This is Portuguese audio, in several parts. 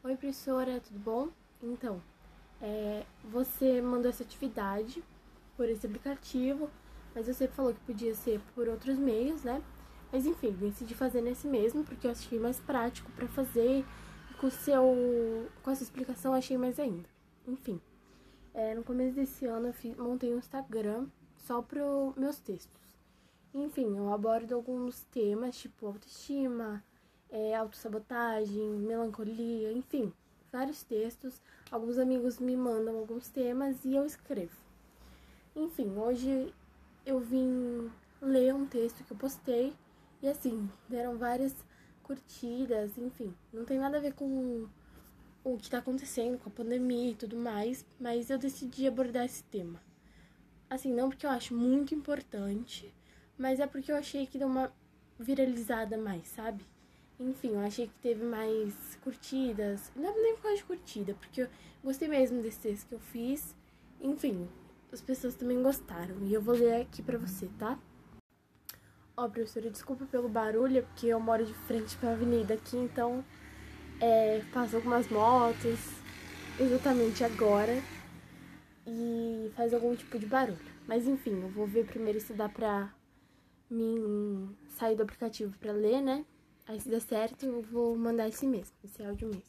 Oi, professora, tudo bom? Então, você mandou essa atividade por esse aplicativo, mas você falou que podia ser por outros meios, né? Mas enfim, decidi fazer nesse mesmo, porque eu achei mais prático para fazer e com essa explicação eu achei mais ainda. Enfim, no começo desse ano eu montei um Instagram só para meus textos. Enfim, eu abordo alguns temas, tipo autoestima, autossabotagem, melancolia, enfim, vários textos. Alguns amigos me mandam alguns temas e eu escrevo. Enfim, hoje eu vim ler um texto que eu postei e assim, deram várias curtidas, enfim, não tem nada a ver com o que tá acontecendo com a pandemia e tudo mais, mas eu decidi abordar esse tema. Assim, não porque eu acho muito importante, mas é porque eu achei que deu uma viralizada mais, sabe? Enfim, eu achei que teve mais curtidas. Não é nem por causa de curtida, porque eu gostei mesmo desse texto que eu fiz. Enfim, as pessoas também gostaram. E eu vou ler aqui pra você, tá? Ó, professora, desculpa pelo barulho, é porque eu moro de frente pra avenida aqui, então passa algumas motos exatamente agora e faz algum tipo de barulho. Mas enfim, eu vou ver primeiro se dá pra mim sair do aplicativo pra ler, né? Aí se der certo, eu vou mandar esse áudio mesmo.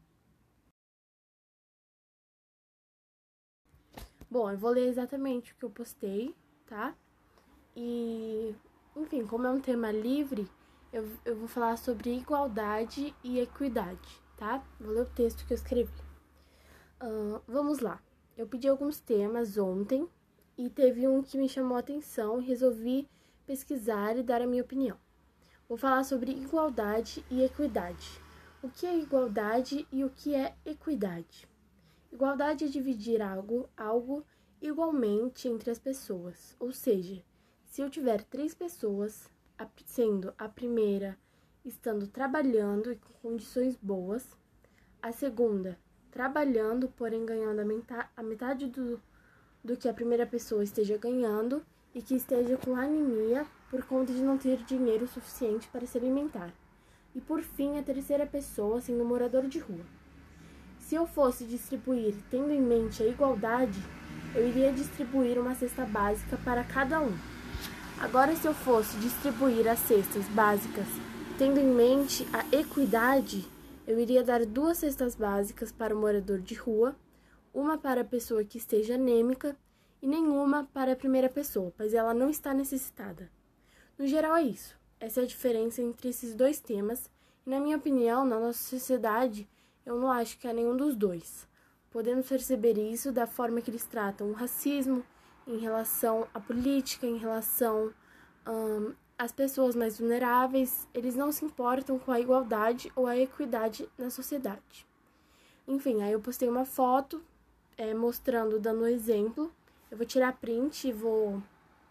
Bom, eu vou ler exatamente o que eu postei, tá? E, enfim, como é um tema livre, eu vou falar sobre igualdade e equidade, tá? Vou ler o texto que eu escrevi. Vamos lá. Eu pedi alguns temas ontem e teve um que me chamou a atenção e resolvi pesquisar e dar a minha opinião. Vou falar sobre igualdade e equidade. O que é igualdade e o que é equidade? Igualdade é dividir algo igualmente entre as pessoas. Ou seja, se eu tiver 3 pessoas, sendo a primeira estando trabalhando e com condições boas, a segunda trabalhando, porém ganhando a metade do que a primeira pessoa esteja ganhando e que esteja com anemia por conta de não ter dinheiro suficiente para se alimentar. E por fim, a terceira pessoa sendo morador de rua. Se eu fosse distribuir tendo em mente a igualdade, eu iria distribuir uma cesta básica para cada um. Agora, se eu fosse distribuir as cestas básicas tendo em mente a equidade, eu iria dar 2 cestas básicas para o morador de rua, uma para a pessoa que esteja anêmica e nenhuma para a primeira pessoa, pois ela não está necessitada. No geral é isso. Essa é a diferença entre esses dois temas e, na minha opinião, na nossa sociedade, eu não acho que há nenhum dos dois. Podemos perceber isso da forma que eles tratam o racismo em relação à política, em relação às pessoas mais vulneráveis. Eles não se importam com a igualdade ou a equidade na sociedade. Enfim, aí eu postei uma foto mostrando, dando um exemplo. Eu vou tirar print e vou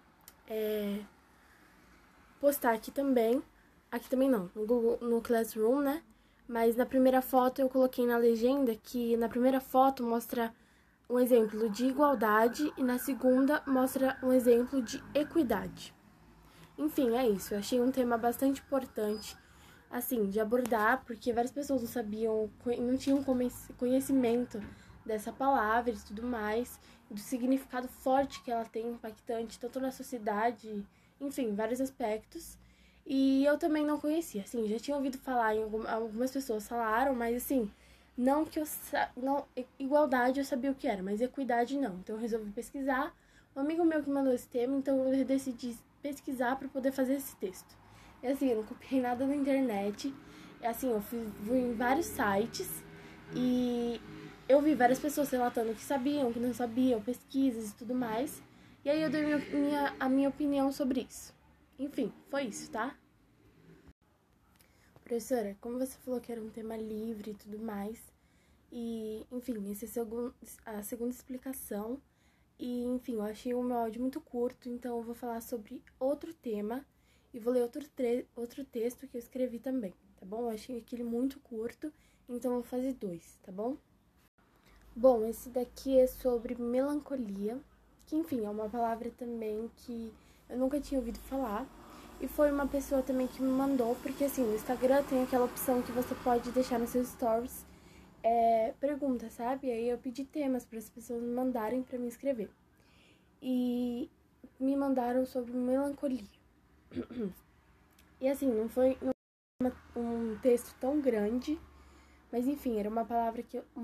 postar aqui também. Aqui também não, no Google, no Classroom, né? Mas na primeira foto eu coloquei na legenda que na primeira foto mostra um exemplo de igualdade e na segunda mostra um exemplo de equidade. Enfim, é isso. Eu achei um tema bastante importante, assim, de abordar, porque várias pessoas não sabiam, não tinham conhecimento dessa palavra e tudo mais, do significado forte que ela tem, impactante, tanto na sociedade, enfim, vários aspectos. E eu também não conhecia, assim, já tinha ouvido falar, algumas pessoas falaram, mas assim, não que não, igualdade eu sabia o que era, mas equidade não. Então eu resolvi pesquisar. Um amigo meu que mandou esse tema, então eu decidi pesquisar para poder fazer esse texto. E assim, eu não copiei nada na internet. Assim, eu fui em vários sites e eu vi várias pessoas relatando que sabiam, que não sabiam, pesquisas e tudo mais. E aí eu dei a minha opinião sobre isso. Enfim, foi isso, tá? Professora, como você falou que era um tema livre e tudo mais, e, enfim, essa é a segunda explicação. E, enfim, eu achei o meu áudio muito curto, então eu vou falar sobre outro tema e vou ler outro texto que eu escrevi também, tá bom? Eu achei aquele muito curto, então eu vou fazer 2, tá bom? Bom, esse daqui é sobre melancolia, que, enfim, é uma palavra também que eu nunca tinha ouvido falar. E foi uma pessoa também que me mandou, porque, assim, no Instagram tem aquela opção que você pode deixar nos seus stories perguntas, sabe? Aí eu pedi temas para as pessoas me mandarem para me escrever. E me mandaram sobre melancolia. E assim, não foi um texto tão grande, mas enfim, era uma palavra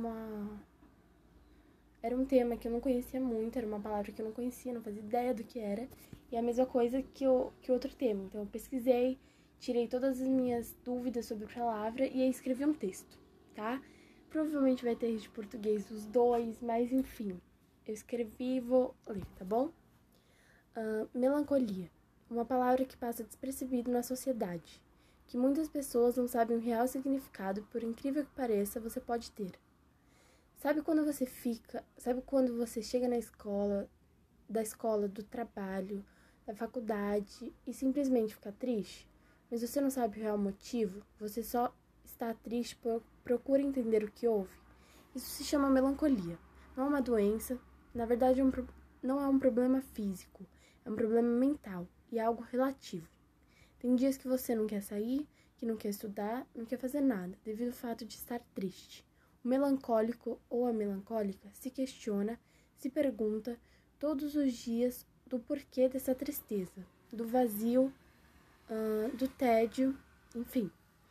era um tema que eu não conhecia muito, era uma palavra que eu não conhecia, não fazia ideia do que era. E a mesma coisa que outro tema. Então eu pesquisei, tirei todas as minhas dúvidas sobre a palavra e aí escrevi um texto, tá? Provavelmente vai ter de português os dois, mas enfim. Eu escrevi e vou ler, tá bom? Melancolia. Uma palavra que passa despercebido na sociedade, que muitas pessoas não sabem o real significado, por incrível que pareça, você pode ter. Sabe quando você chega na escola, do trabalho, da faculdade e simplesmente fica triste? Mas você não sabe o real motivo, você só está triste, procura entender o que houve. Isso se chama melancolia. Não é uma doença, na verdade não é um problema físico, é um problema mental e é algo relativo. Tem dias que você não quer sair, que não quer estudar, não quer fazer nada, devido ao fato de estar triste. O melancólico ou a melancólica se questiona, se pergunta todos os dias do porquê dessa tristeza, do vazio, do tédio, enfim.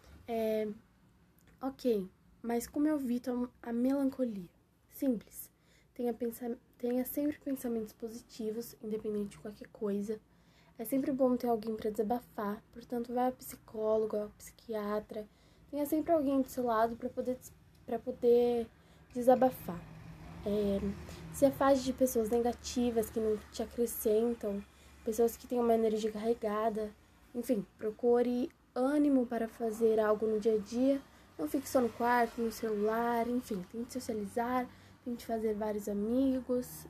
Ok, mas como eu evito a melancolia? Simples. Tenha sempre pensamentos positivos, independente de qualquer coisa. É sempre bom ter alguém para desabafar, portanto, vá ao psicólogo, ao psiquiatra. Tenha sempre alguém do seu lado para poder desabafar. Se afaste de pessoas negativas que não te acrescentam, pessoas que têm uma energia carregada. Enfim, procure ânimo para fazer algo no dia a dia. Não fique só no quarto, no celular, enfim, tente socializar, tente fazer vários amigos.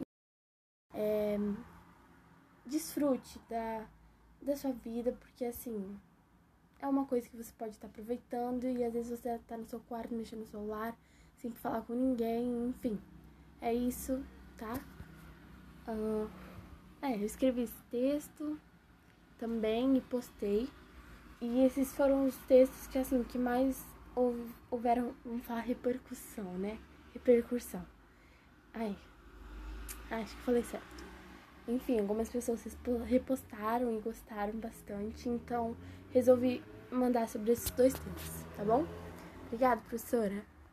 Desfrute da sua vida, porque assim, é uma coisa que você pode estar aproveitando e às vezes você tá no seu quarto mexendo no celular, sem falar com ninguém, enfim. É isso, tá? Eu escrevi esse texto também e postei. E esses foram os textos que, assim, que mais houveram, vamos falar, repercussão, né? Repercussão. Acho que falei certo. Enfim, algumas pessoas repostaram e gostaram bastante, então resolvi mandar sobre esses dois temas, tá bom? Obrigada, professora.